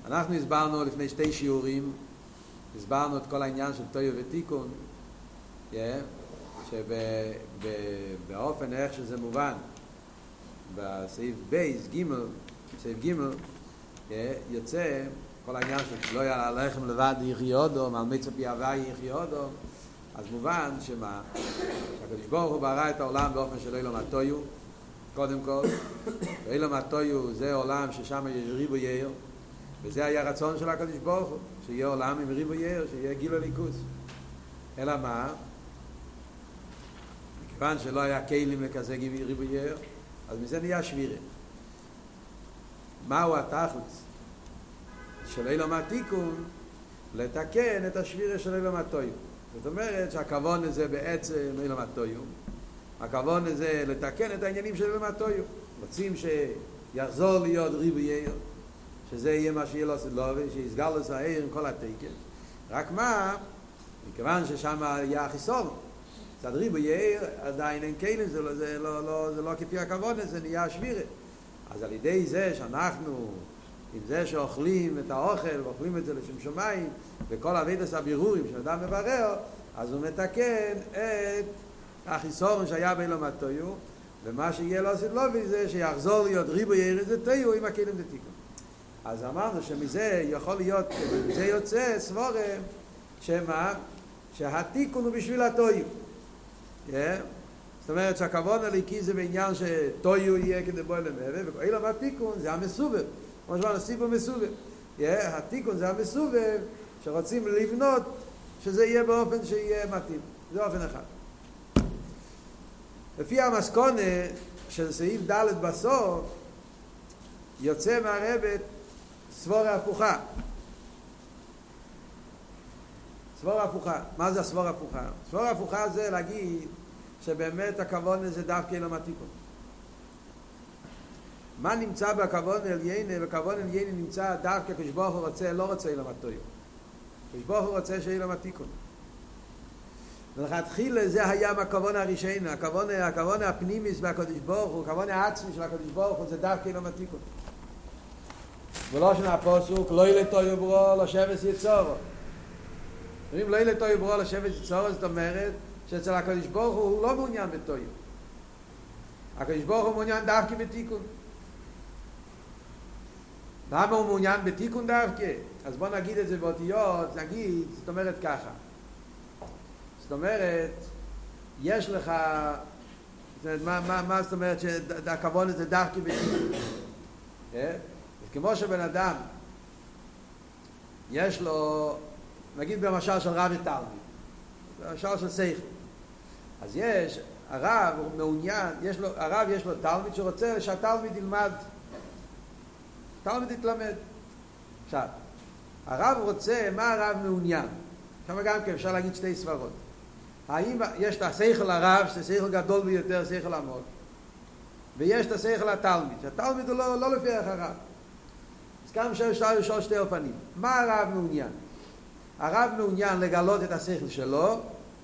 אנחנו הסברנו לפני שתי שיעורים, הסברנו את כל העניין של טויו ותיקון, שבאופן איך שזה מובן בסעיף בייס, גימל, סעיף גימל, יוצא כל העניין של לא היה הלחם לבד יחיה אודום, על מצה פי הוואי יחיה אודום. אז מובן שמה? שהקדוש ברוך הוא ברא את העולם באופן של אילום הטויו, קודם כל. אילום הטויו זה עולם ששם יש ריבו יאיר, וזה היה רצון של הקדוש ברוך הוא, שיהיה עולם עם ריבו יאיר, שיהיה גילו ליכוס. אלא מה? מכיוון שלא היה כלים לכזה ריבו יאיר, אז מזה נהיה שבירה. מהו התכלס של אילום התיקון? לתקן את השבירה של אילום הטויו. זאת אומרת שהכוון הזה בעצם אילום הטויו, הכוון הזה לתקן את העניינים של אילום הטויו. רוצים שיחזור להיות ריבו יאיר, שזה יהיה מה שיהיה לו סדלובי, שיסגל לו סעיר עם כל התקן. רק מה? מכיוון ששם היה החיסור, צד ריבו יאיר עדיין אין כלים, זה לא כפי הכוון, זה נהיה שבירה. אז על ידי זה שאנחנו עם זה שאוכלים את האוכל ואוכלים את זה לשם שמיים וכל עבודת הבירורים שאדם מברר, אז הוא מתקן את החיסרון שהיה באילום הטויו, ומה שיהיה לו סדלובי זה שיחזור להיות ריבו יאיר זה טויו עם הכלים דתיקון. אז אמרנו שמזה יכול להיות, זה יוצא סבורם שמה? שהתיקון הוא בשביל הטויו. זאת אומרת שהכוון הליקי זה בעניין שטויו יהיה כדי בוא למעלה, ואילום התיקון זה המסובב, כמו שאמרנו, סיפור מסובב. התיקון זה המסובב שרוצים לבנות שזה יהיה באופן שיהיה מתאים. זה אופן אחד. לפי המסקונה של סעיף ד' בסוף יוצא מהרבת סבורה הפוכה. סבורה הפוכה. מה זה הסבורה הפוכה? סבורה הפוכה זה להגיד שבאמת הכוון הזה דווקא אילום התיקון. מה נמצא בכוון עלייני? בכוון עלייני נמצא דווקא כשברוך הוא רוצה, לא רוצה אילום הטויו. כשברוך הוא רוצה שאילום התיקון. ולכתחילה זה היה מהכוון הראשון, הכוון הפנימיס והקדוש ברוך הוא, הכוון העצמי של הקדוש ברוך הוא זה דווקא אילום התיקון. ולא שנה הפסוק, לא יהיה טויו ברו לשבס יצורו. אם לא יהיה טויו ברו לשבס יצורו, זאת אומרת שאצל הקדוש ברוך הוא לא מעוניין בטויו. הקדוש ברוך הוא מעוניין דווקא בתיקון. למה הוא מעוניין בתיקון דווקא? אז בוא נגיד את זה באותיות, נגיד, זאת אומרת ככה. זאת אומרת, יש לך, זאת אומרת, מה זאת אומרת שהכוון הזה דווקא בתיקון? כמו שבן אדם, יש לו, נגיד במשל של רב ותלמיד, במשל של שכל. אז יש, הרב הוא מעוניין, הרב יש לו תלמיד שרוצה שהתלמיד ילמד, תלמיד יתלמד. עכשיו, הרב רוצה, מה הרב מעוניין? שם גם כן אפשר להגיד שתי סברות. האם יש את השכל הרב, שזה שכל גדול ביותר, שכל עמוק, ויש את השכל התלמיד, שהתלמיד הוא לא לפי איך הרב. אז כאן אפשר לשאול שתי אופנים. מה הרב מעוניין? הרב מעוניין לגלות את השכל שלו,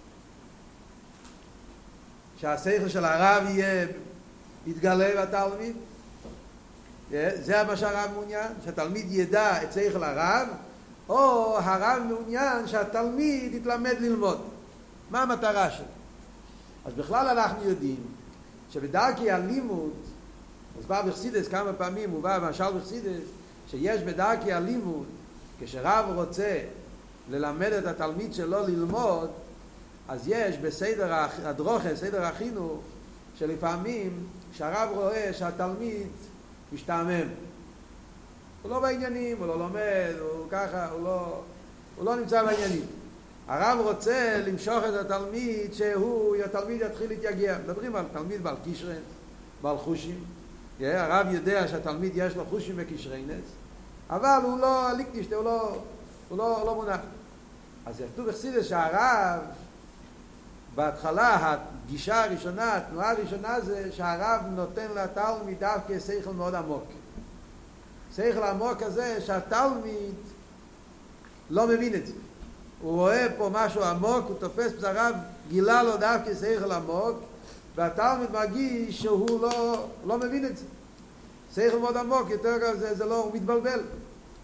שהשכל של הרב יתגלה בתלמיד. זה מה שהרב מעוניין, שהתלמיד ידע את שכל הרב, או הרב מעוניין שהתלמיד יתלמד ללמוד. מה המטרה שלו? אז בכלל אנחנו יודעים שבדרכי הלימוד, מוסבר בחסידות כמה פעמים, מובא למשל בחסידות, שיש בדרכי הלימוד, כשרב רוצה ללמד את התלמיד שלו ללמוד, אז יש בסדר הדרוכה, סדר החינוך, שלפעמים כשהרב רואה שהתלמיד משתעמם, הוא לא בעניינים, הוא לא לומד, הוא ככה, הוא לא נמצא בעניינים. הרב רוצה למשוך את התלמיד שהתלמיד יתחיל להתייגע. מדברים על תלמיד בעל קשרן, בעל חושים. הרב יודע שהתלמיד יש לו חושים וקשרנס, אבל הוא לא ליקנישט, הוא לא מונח. אז כתוב בחסידות שהרב, בהתחלה, הגישה הראשונה, התנועה הראשונה זה שהרב נותן לתלמיד דווקא שכל מאוד עמוק. שכל עמוק הזה שהתלמיד לא מבין את זה. הוא רואה פה משהו עמוק, הוא תופס פזריו, גילה לו דווקא שכל עמוק, והתלמיד מרגיש שהוא לא מבין את זה. שכל מאוד עמוק, יותר זה לא, הוא מתבלבל.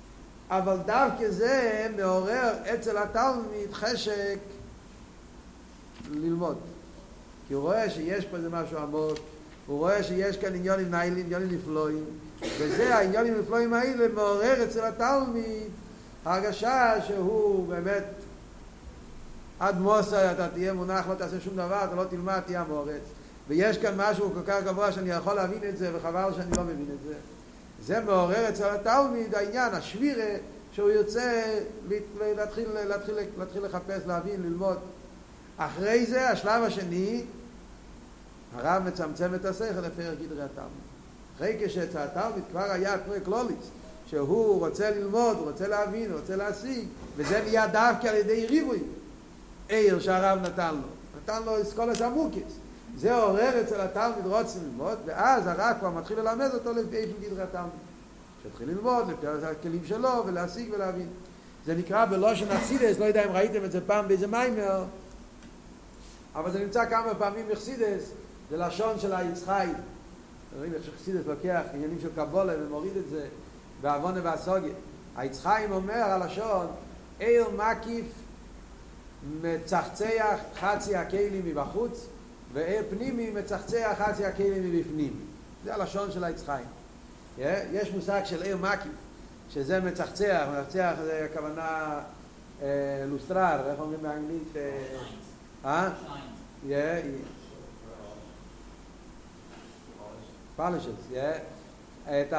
אבל דווקא זה מעורר אצל התלמיד חשק ללמוד. כי הוא רואה שיש פה איזה משהו עמוק, הוא רואה שיש כאן עניונים נעילים, עניונים נפלואים, וזה העניונים הנפלואים האלה מעורר אצל התלמיד הרגשה שהוא באמת עד מוסר אתה תהיה מונח, לא תעשה שום דבר, אתה לא תלמד, תהיה מורץ. ויש כאן משהו כל כך גבוה שאני יכול להבין את זה, וחבל שאני לא מבין את זה. זה מעורר אצל התלמיד העניין, השבירה, שהוא יוצא להתחיל לחפש, להבין, ללמוד. אחרי זה, השלב השני, הרב מצמצם את השכל לפרק גדרי התלמיד. אחרי כשאצל התלמיד כבר היה תנועה קלוליס, שהוא רוצה ללמוד, הוא רוצה להבין, הוא רוצה להשיג, וזה נהיה דווקא על ידי ריבוי. עיר שהרב נתן לו אסכולת עמוקס. זה עורר אצל התלמיד רוצה ללמוד, ואז הרב כבר מתחיל ללמד אותו לפי גדרי התלמיד. שהתחיל ללמוד, לפי הכלים שלו, ולהשיג ולהבין. זה נקרא בלושן אכסידס, לא יודע אם ראיתם את זה פעם באיזה מיימר, אבל זה נמצא כמה פעמים בחסידס, זה לשון של היצחי. רואים איך שחסידס לוקח עניינים של קבולה ומוריד את זה בעוונה והסוגיה. היצחיים אומר הלשון, עיר מקיף מצחצח חצי הכלים מבחוץ, ועיר פנימי מצחצח חצי הכלים מבפנים. זה הלשון של היצחיים. יש מושג של עיר מקיף, שזה מצחצח, מצחצח זה הכוונה לוסטרר, איך אומרים באנגלית? פלשס, את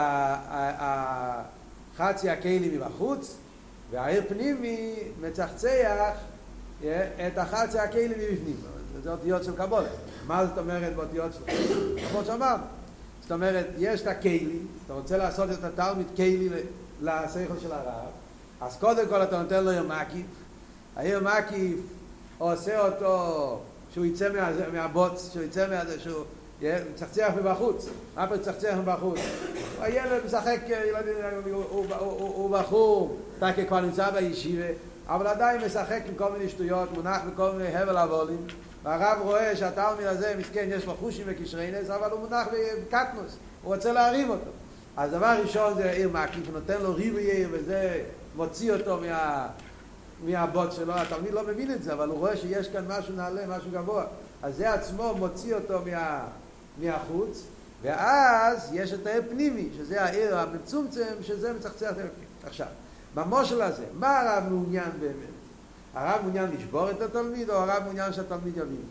חצי הכלים מבחוץ, והעיר פנימי מצחצח את החצי הכלים מבפנים. זה אותיות של קבולה. מה זאת אומרת באותיות של קבולה? כמו שאמרנו. זאת אומרת, יש את הכלי, אתה רוצה לעשות את התלמיד כלי לשכל של הרב, אז קודם כל אתה נותן לו עיר מקיף. העיר מקיף עושה אותו שהוא יצא מהבוץ, שהוא יצא מהזה, שהוא מצחצח מבחוץ. מה פה מצחצח מבחוץ? הילד משחק, הוא בחור, אתה כבר נמצא בישיבה, אבל עדיין משחק עם כל מיני שטויות, מונח בכל מיני הבל הבולים, והרב רואה שהתלמיד הזה מסכן, יש לו חושים וקשרי נס, אבל הוא מונח בקטנוס, הוא רוצה להריב אותו. אז דבר ראשון זה עיר מקיף, הוא נותן לו ריב יאיר, וזה מוציא אותו מהבוט שלו. התלמיד לא מבין את זה, אבל הוא רואה שיש כאן משהו נעלה, משהו גבוה. אז זה עצמו מוציא אותו מהחוץ, ואז יש את העיר פנימי, שזה העיר המצומצם, שזה מצחצח. עכשיו, במושל הזה, מה הרב מעוניין באמת? הרב מעוניין לשבור את התלמיד, או הרב מעוניין שהתלמיד יבין?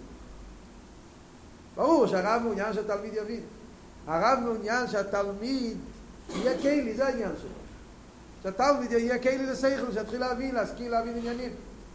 ברור שהרב מעוניין שהתלמיד יבין. הרב מעוניין שהתלמיד יהיה כלי, זה העניין שלו. שהתלמיד יהיה כלי לשכל, שיתחיל להבין, להשכיל, להבין עניינים.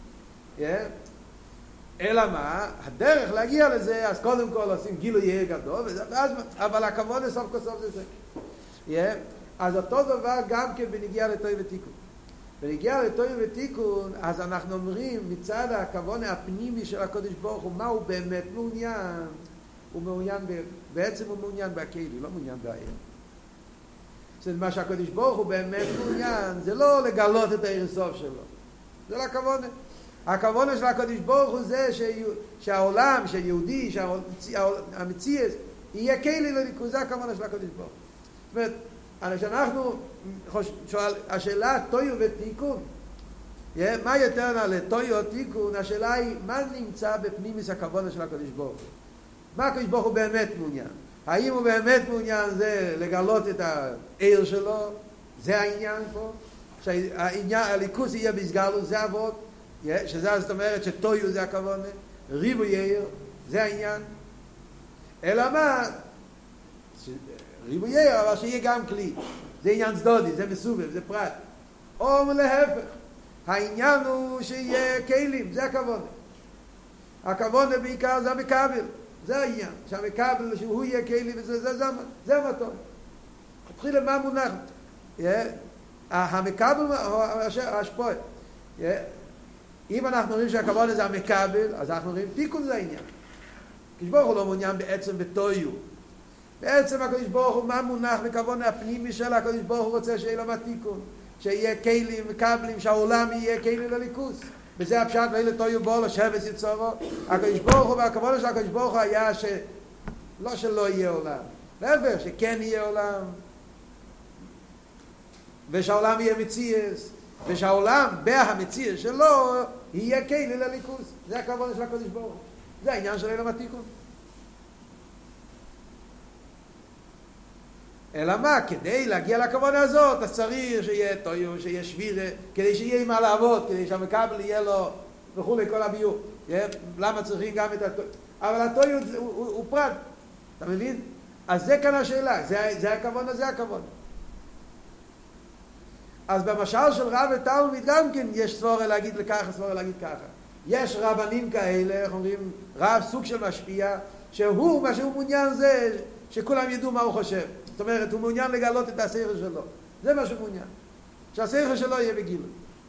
אלא מה? הדרך להגיע לזה, אז קודם כל עושים גילוי יהיה גדול, אבל הכבוד לסוף כל סוף זה זה. אז אותו דבר גם כן בנגיע לתוי ותיקון. בנגיע לתוי ותיקון, אז אנחנו אומרים מצד הכבוד הפנימי של הקדוש ברוך הוא, מה הוא באמת מעוניין? הוא מעוניין, בעצם הוא מעוניין בהכלי, לא מעוניין בעיר. זאת מה שהקדוש ברוך הוא באמת מעוניין, זה לא לגלות את העיר סוף שלו. זה לא הכוונה. הכוונה של הקדוש ברוך הוא זה שהעולם, שיהודי, שהמציאות, יהיה כלי לליכוז, זה הכוונה של הקדוש ברוך הוא. זאת אומרת, כשאנחנו שואל, השאלה תויו ותיקון, מה יותר נעלה, תויו או תיקון, השאלה היא, מה נמצא בפנימיס הכוונה של הקדוש ברוך הוא? מה הקדוש ברוך הוא באמת מעוניין? האם הוא באמת מעוניין זה לגלות את העיר שלו? זה העניין פה? שהליכוז יהיה בסגלות, זה עבוד? שזה זאת אומרת שטויו זה הכוונה, ריבו יאיר, זה העניין. אלא מה? ריבו יאיר, אבל שיהיה גם כלי. זה עניין צדודי, זה מסובב, זה פרט. או להפך, העניין הוא שיהיה כלים, זה הכוונה. הכוונה בעיקר זה המקבל, זה העניין. שהמקבל, שהוא יהיה כלי, זה המטון. תתחיל למה מונח. המקבל, השפוע. אם אנחנו רואים שהכוונה זה המקבל, אז אנחנו רואים תיקון זה העניין. הקדוש ברוך הוא לא מעוניין בעצם בתויו. בעצם הקדוש ברוך הוא מה מונח בכוונה הפנימי של הקדוש ברוך הוא רוצה שיהיה לו תיקון. שיהיה כלים מקבלים, שהעולם יהיה כלי לליכוס. וזה הפשט ואלה תויו בו, לא שבס יצורו. הקדוש ברוך הוא והכוונה של הקדוש ברוך הוא היה לא שלא יהיה עולם. להפך, שכן יהיה עולם. ושהעולם יהיה מציאס, ושהעולם בהמציאס שלו יהיה כלי לליכוז. זה הכוונה של הקדוש ברוך הוא. זה העניין של עולם התיקון. אלא מה? כדי להגיע לכוונה הזאת, אז צריך שיהיה טויו, שיהיה שבירה, כדי שיהיה עם מה לעבוד, כדי שהמקבל יהיה לו וכולי, כל הביור. למה צריכים גם את הטויו? אבל הטויו הוא פרט. אתה מבין? אז זה כאן השאלה. זה הכוונה, זה הכוונה. אז במשל של רב ותלמיד גם כן יש סבורה להגיד לככה, סבורה להגיד ככה. יש רבנים כאלה, איך אומרים, רב סוג של משפיע, שהוא, מה שהוא מעוניין זה שכולם ידעו מה הוא חושב. זאת אומרת, הוא מעוניין לגלות את השכל שלו. זה מה שהוא מעוניין. שהשכל שלו יהיה בגילוי.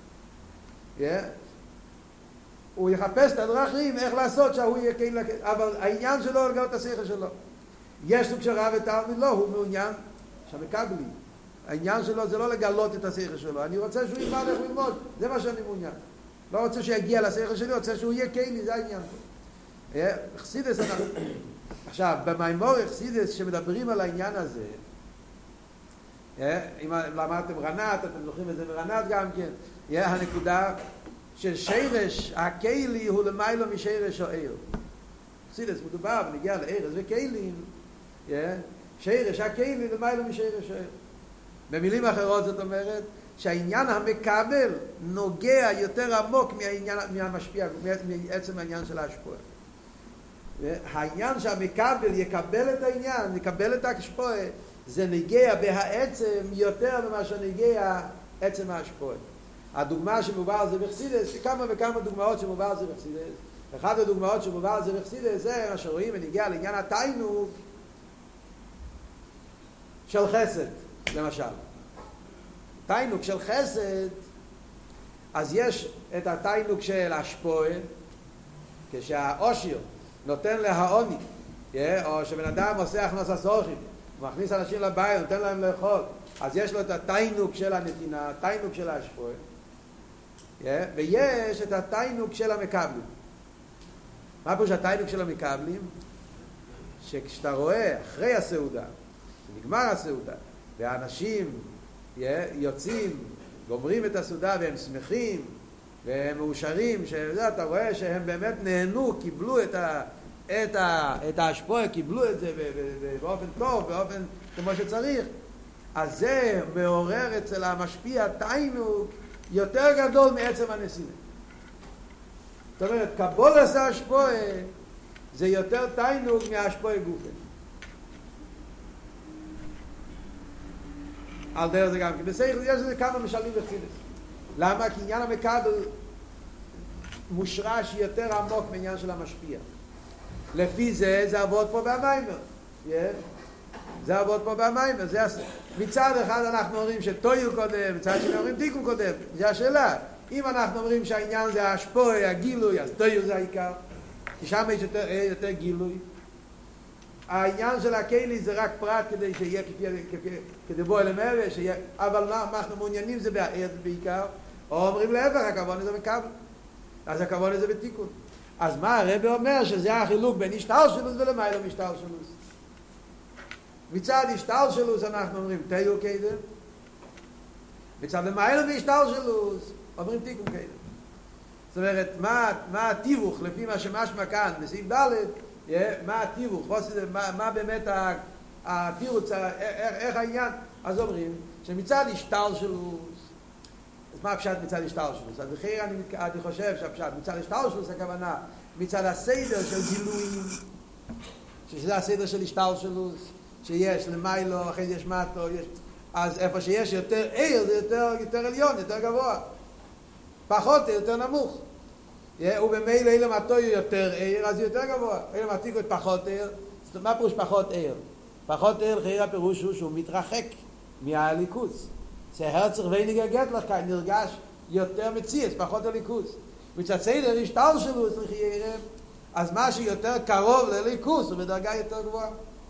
הוא יחפש את הדרכים איך לעשות שהוא יהיה כאילו, אבל העניין שלו לגלות את השכל שלו. יש סוג של רב ותלמיד, לא, הוא מעוניין שהמקבלים. העניין שלו זה לא לגלות את השכל שלו. אני רוצה שהוא ילמד איך ללמוד. זה מה שאני מעוניין. לא רוצה שיגיע לשכל שלי, רוצה שהוא יהיה קיילי, זה העניין. חסידס אנחנו... עכשיו, במימור חסידס שמדברים על העניין הזה, אם למדתם רנת, אתם זוכרים את זה מרנת גם כן, הנקודה של שרש, הקיילי הוא למיילו משרש או עיר. חסידס מדובר ונגיע לערס וקיילים, שרש, הקיילי למיילו משרש או עיר. במילים אחרות זאת אומרת, שהעניין המקבל נוגע יותר עמוק מהמשפיע, מעצם העניין של ההשפוע. העניין שהמקבל יקבל את העניין, יקבל את ההשפוע, זה נגיע בהעצם יותר ממה שנגיע עצם ההשפוע. הדוגמה שמובא על זה בחסידס, כמה וכמה דוגמאות שמובא על זה בחסידס. אחת הדוגמאות שמובא על זה בחסידס זה מה שרואים ונגיע לעניין התיינוק של חסד, למשל. תיינוק של חסד, אז יש את התיינוק של השפוע, כשהאושיר נותן להעוני, או שבן אדם עושה הכנסה סורכים, הוא מכניס אנשים לבית, נותן להם לאכול, אז יש לו את התיינוק של הנתינה, התיינוק של השפוע, ויש את התיינוק של המקבלים. מה פירוש התיינוק של המקבלים? שכשאתה רואה אחרי הסעודה, נגמר הסעודה, והאנשים יוצאים, גומרים את הסעודה והם שמחים והם מאושרים, שאתה רואה שהם באמת נהנו, קיבלו את ההשפוע, קיבלו את זה באופן טוב, באופן כמו שצריך, אז זה מעורר אצל המשפיע תיינוק יותר גדול מעצם הנסיעה. זאת אומרת, קבולת ההשפוע זה יותר תיינוק מההשפוע גופה. על דרך זה גם כן. בסייכל יש לזה כמה משלים בחסידס. למה? כי עניין המקבל מושרש יותר עמוק מעניין של המשפיע. לפי זה, זה עבוד פה במיימר. זה עבוד פה במיימר. מצד אחד אנחנו אומרים שטויו קודם, מצד שני אומרים תיקון קודם. זה השאלה. אם אנחנו אומרים שהעניין זה ההשפוע, הגילוי, אז טויו זה העיקר. כי שם יש יותר גילוי. העניין של הקיילי זה רק פרט כדי שיהיה כדי בוא אל המרש, אבל מה אנחנו מעוניינים זה בעיקר, או אומרים להפך, הכוון הזה מקבל, אז הכוון הזה בתיקון. אז מה הרב אומר שזה החילוק בין השתלשלות ולמיילו משתלשלות. מצד השתלשלות אנחנו אומרים תיו קדם, מצד למיילו משתלשלות אומרים תיקון קדם. זאת אומרת, מה התיווך לפי מה שמשמע כאן בסעיף ד', מה התיווך, מה באמת התירוץ, איך העניין? אז אומרים שמצד השתלשלות, אז מה הפשט מצד השתלשלות? אז בכיר אני חושב שהפשט מצד השתלשלות הכוונה מצד הסדר של גילויים, שזה הסדר של השתלשלות, שיש למיילו, אחרי יש מטו, אז איפה שיש יותר עיר זה יותר עליון, יותר גבוה, פחות יותר נמוך. ובמילא אילם התויו יותר עיר, אז יותר גבוה. אילם התיקו את פחות עיר. מה פירוש פחות עיר? פחות עיר, חיר הפירוש הוא שהוא מתרחק מהליכוז. זה הרצח ואיניגר גטלך כאן, נרגש יותר מציאס, פחות הליכוז. מצד סדר השתל שלו, צריך ירם, אז מה שיותר קרוב לליכוז, הוא בדרגה יותר גבוהה.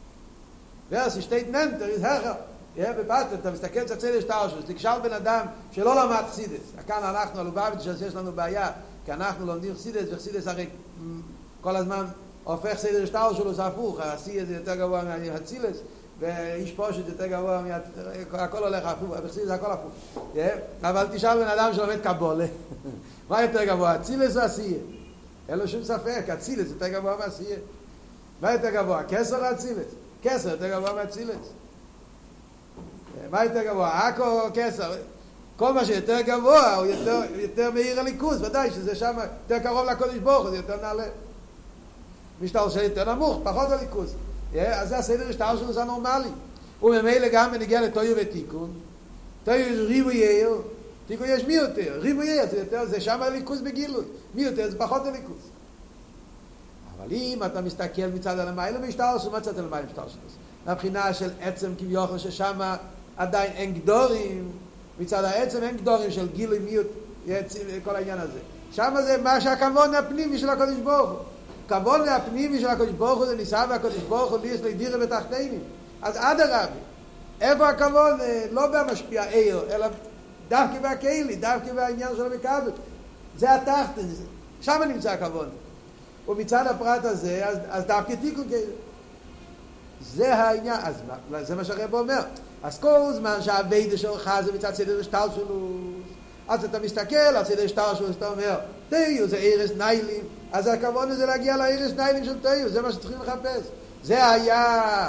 ואז שטייט ננטר, יזהר. בפשט, אתה מסתכל קצת סדר השתל שלו, תקשר בן אדם שלא למד חסידס. כאן אנחנו, הלובביץ' שיש לנו בעיה, כי אנחנו לומדים חסידס, וחסידס הרי כל הזמן הופך סדר השטר שלו, זה הפוך, העשייה זה יותר גבוה מהצילס, ואיש פושט יותר גבוה, הכל הולך הפוך, בחסידות זה הכל הפוך. אבל תשאל בן אדם שלומד קבולה, מה יותר גבוה, אצילס או עשייה? אין לו שום ספק, אצילס יותר גבוה מעשייה. מה יותר גבוה, כסר או אצילס? כסר יותר גבוה מאצילס. מה יותר גבוה, עכו או כסר? כל מה שיותר גבוה הוא יותר מאיר הליכוז, ודאי שזה שם יותר קרוב לקודש ברוך הוא, זה יותר נעלה. משטר שיותר נמוך, פחות הליכוז. אז זה הסדר השטר שלו, זה הנורמלי. וממילא גם בנגיע לתויר ותיקון, תויר יש ריבו יאיר, תיקון יש מי יותר, ריבו יאיר, זה שם הליכוז בגילוי, מי יותר זה פחות הליכוז. אבל אם אתה מסתכל מצד הלמיילה משטר שלו, מה צד הלמיילה משטר שלו? מבחינה של עצם כביכול ששם עדיין אין גדורים, מצד העצם אין גדורים של גילוי מיעוט, כל העניין הזה. שם זה מה שהכוון הפנימי של הקודש ברוך הוא. הכוון הפנימי של הקודש ברוך הוא זה ניסה והקודש ברוך הוא ליש לידירה בתחתינים. אז עד הרבי, איפה הכוון? לא במשפיע עיר, אלא דווקא בהקהילי, דווקא בעניין של המקבל. זה התחתן, שם נמצא הכוון. ומצד הפרט הזה, אז דווקא תיקון כאילו. זה העניין, אז זה מה שהרב אומר. אז כל זמן שהעבודה שלך זה מצד סדר השטר שלו, אז אתה מסתכל על סדר השטר שלו, אתה אומר, תיו זה ערס ניילים, אז הכוון הזה להגיע לערס ניילים של תיו, זה מה שצריכים לחפש. זה היה,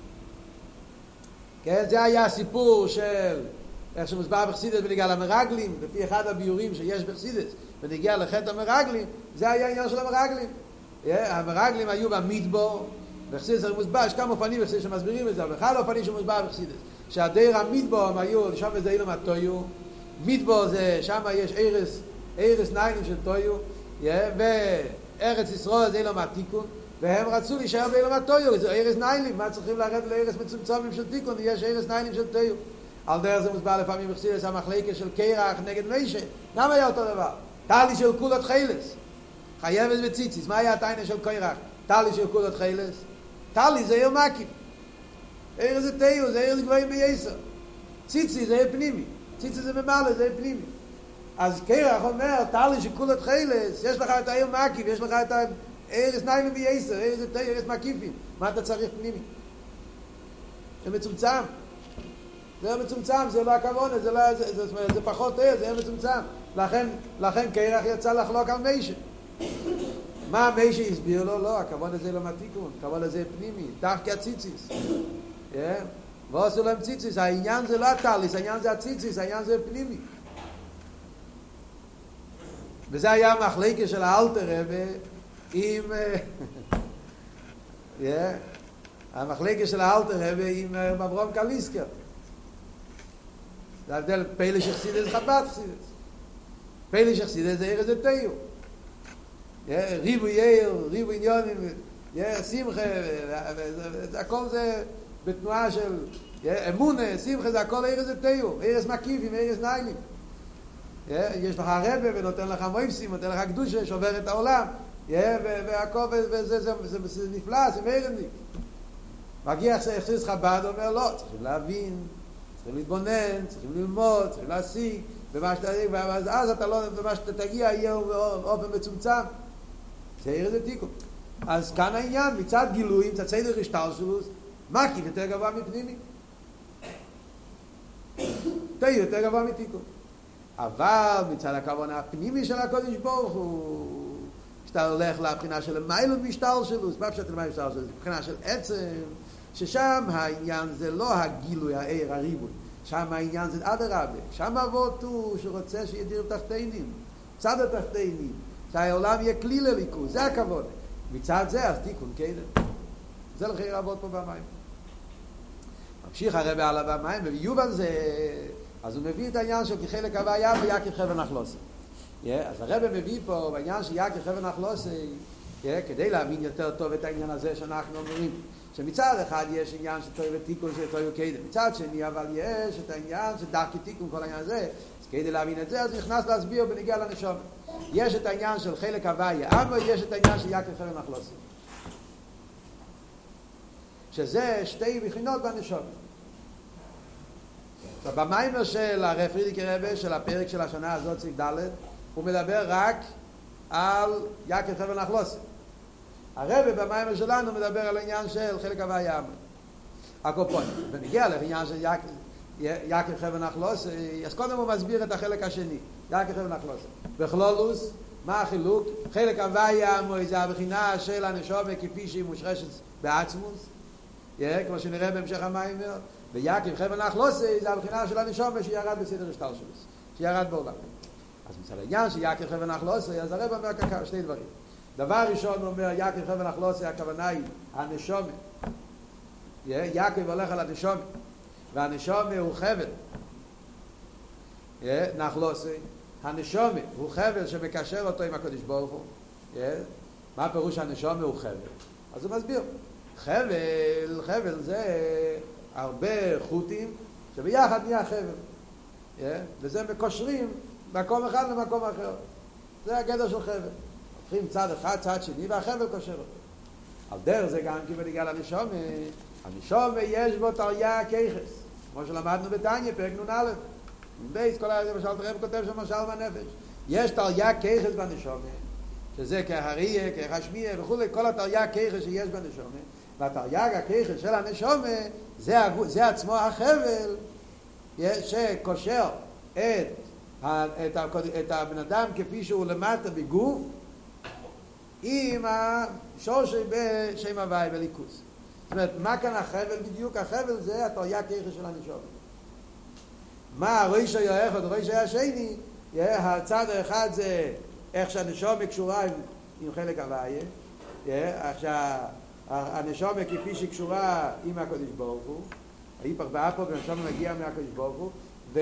כן, זה היה הסיפור של, איך שמוסבר בחסידות בנגיע למרגלים, לפי אחד הביורים שיש בחסידות, בנגיע לחטא המרגלים, זה היה העניין של המרגלים. המרגלים היו במדבור, בחסידות זה מוסבר, יש כמה אופנים בחסידות שמסבירים את זה, אבל אחד האופנים שמוסבר בחסידות, שהדיר המדבור הם היו, שם זה אילום התויו, מדבור זה, שם יש ערס ניילים של תויו, וארץ ישראל זה אילום התיקון, והם רצו להישאר באילום התויו, זה ערס ניילים, מה צריכים לרדת לערס מצומצמים של תיקון, יש ערס ניילים של תויו. על דרך זה מוסבר לפעמים בחסידות המחלקה של קרח נגד מיישה, גם היה אותו דבר, תהלי של כולת חילס, חייבס וציציס, מה היה התיינה של קרח? תהלי של כולת חילס, תהלי זה עיר מקיף, עיר זה תיו, זה עיר גבוהים בייסר, ציצי זה עיר פנימי, ציצי זה ממלא, זה עיר פנימי. אז קרח אומר, תהלי של כולת חילס, יש לך את העיר מקיף, יש לך את העיר סניילים בייסר, עיר זה תיו, עיר מקיפים, מה אתה צריך פנימי? זה מצומצם. זה מצומצם, זה לא הכוונה, זה פחות עיר, זה מצומצם. לכן קרח יצא לחלוק על מיישה. מה מיישה הסביר לו? לא, הכוונה זה לא מתיקון, הכוונה זה פנימי, דווקא הציציס. ועשו להם ציציס, העניין זה לא התהליס, העניין זה הציציס, העניין זה פנימי. וזה היה המחלקה של האלטר רבי עם... המחלקה של האלטר רבי עם אברהם קליסקר. זה ההבדל, פלא שחסידס חב"ד חסידס. פלא שחסידס זה ערס תיו. ריבו יאיר, ריבו עניונים, שמחה, הכל זה בתנועה של אמונה, שמחה זה הכל ערס תיו, ערס מקיפים, ערס ניילים. יש לך רבא ונותן לך מויפסים, נותן לך קדושה, שובר את העולם, והכל, וזה נפלא, זה מרניק. מגיע חסידס חב"ד, אומר לא, צריכים להבין, צריכים להתבונן, צריכים ללמוד, צריכים להשיג, אז אתה לא, במה שאתה תגיע יהיה באופן מצומצם. זה עיר זה תיקון. אז כאן העניין, מצד גילויים, מצד סדר השתלשלות, מקיף יותר גבוה מפנימי. תהיה יותר גבוה מתיקון. אבל מצד הכוונה הפנימי של הקודש ברוך הוא, כשאתה הולך לבחינה של מיילוד משתלשלות, מה פשוט למיילוד משתלשלות? מבחינה של עצם, ששם העניין זה לא הגילוי, העיר, הריבוי. שם העניין זה אדרבה. שם אבות הוא שרוצה שידיר תחתינים, צד התחתינים, שהעולם יהיה כלי לליכוז, זה הכבוד. מצד זה, אז תיקון קדם. זה לכי רבות פה במים. ממשיך הרב על הבמים, וביוב על זה, אז הוא מביא את העניין של כחלק הוויה ויקר חבר נחלוסי. אז הרב מביא פה בעניין של יקר חבר נחלוסי, כדי להבין יותר טוב את העניין הזה שאנחנו אומרים, שמצד אחד יש עניין של תויר ותיקון של תויר קדם, מצד שני אבל יש את העניין של דרכי תיקון, כל העניין הזה, אז כדי להבין את זה, אז נכנס להסביר בנגיע לנשום. יש את העניין של חלק הוויה, אבל יש את העניין של יקר חבר נחלוסי. שזה שתי בחינות בנשום. במיימר של הרב פרידיקי רבי, של הפרק של השנה הזאת, סעיף ד', הוא מדבר רק על יקר חבר נחלוסי. הרב במיימר שלנו מדבר על העניין של חלק הוויה. הקופונים. ונגיע לעניין של יקב חבל נחלוס, אז קודם הוא מסביר את החלק השני, יקב חבל נחלוס. בכלולוס, מה החילוק? חלק הוויה זה הבחינה של הנשמה כפי שהיא מושרשת בעצמוס, כמו שנראה בהמשך המים, ויקב חבל נחלוס זה הבחינה של הנשמה שירד בסדר השתלשלוס, שירד בעולם. אז מצד העניין שיקב חבל נחלוס, אז הרב אומר שני דברים. דבר ראשון הוא אומר, יקב חבל נחלוס, הכוונה היא הנשמה. יעקב הולך על הנשמה, והנשמה הוא חבל. נחלוסי, הנשמה הוא חבל שמקשר אותו עם הקדוש ברוך הוא. מה פירוש הנשמה הוא חבל? אז הוא מסביר. חבל זה הרבה חוטים שביחד נהיה חבל. וזה מקושרים מקום אחד למקום אחר. זה הגדר של חבל. הולכים צד אחד, צד שני, והחבל קושר אותו. על דרך זה גם כי בנגיע לנשמה, הנשמה יש בו תריה כיחס, כמו שלמדנו בתניא, פרק נ"א. בייס, כל הזה משל תראה וכותב שם משל בנפש. יש תריה כיחס בנשמה, שזה כהריה, כחשמיה וכו', כל התריה כיחס שיש בנשמה. והתריה הכיחס של הנשמה, זה עצמו החבל, שקושר את הבן אדם כפי שהוא למטה בגוף, עם השורשי בשם הוואי בליכוס. זאת אומרת, מה כאן החבל בדיוק? החבל זה התריה כיחס של הנשמה. מה הראש היה אחד, הראש היה השני, הצד האחד זה איך שהנשמה קשורה עם חלק הוואי, איך שהנשמה כפי שקשורה עם הקדוש ברוך הוא, ההיפך באפו והנשמה מגיע מהקדוש ברוך הוא,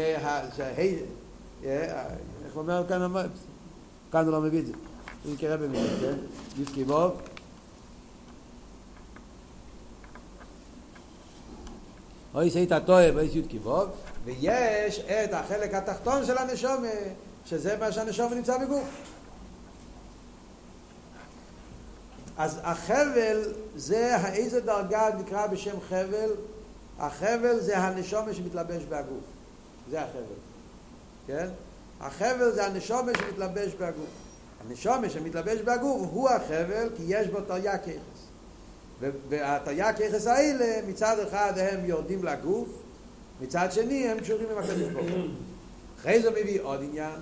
איך אומר כאן הוא לא מביא את זה. אני קרא במילים, כן? יסקי בוב. אוי סייט הטועה, אוי סייט כיבוב. ויש את החלק התחתון של הנשמה, שזה מה שהנשמה נמצא בגוף. אז החבל זה איזה דרגה נקרא בשם חבל? החבל זה הנשמה שמתלבש בהגוף. זה החבל. כן? החבל זה הנשמה שמתלבש בהגוף. הנשמה שמתלבש בגוף הוא החבל, כי יש בו תריה כיחס. והתריה כיחס האלה מצד אחד הם יורדים לגוף, מצד שני הם קשורים עם הקדוש ברוך הוא. אחרי זה מביא עוד עניין,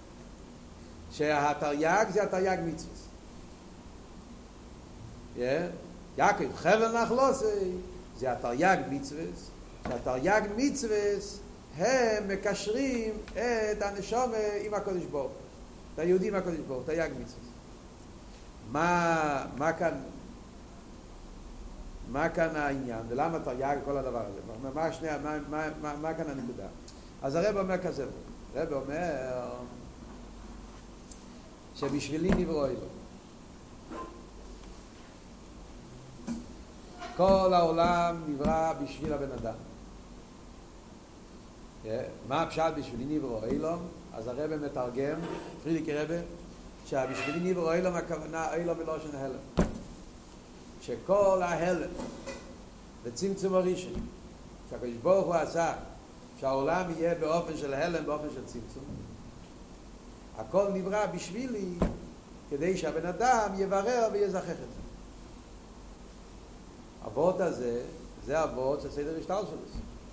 שהתרי"ג זה התרי"ג מצווה. יעקב חבל נחלוסי זה התרי"ג מצווה, שהתרי"ג מצווה הם מקשרים את הנשמה עם הקדוש ברוך הוא. את היהודים הקדוש ברוך הוא, תרי"ג מצווה. מה כאן העניין? ולמה תרי"ג כל הדבר הזה? מה כאן הנקודה? אז הרב אומר כזה, הרב אומר שבשבילי נברא אלוהים. כל העולם נברא בשביל הבן אדם. מה הפשט בשבילי נברא אלוהים? אז הרב מתרגם, פרידיק רב, שבשבילי נברא אלוהים הכוונה אלוהים בלושן הלם. שכל ההלם וצמצום הראשון שהקדוש ברוך הוא עשה שהעולם יהיה באופן של הלם, באופן של צמצום, הכל נברא בשבילי כדי שהבן אדם יברר ויזכח את זה. אבות הזה זה אבות של סדר השתלשלות.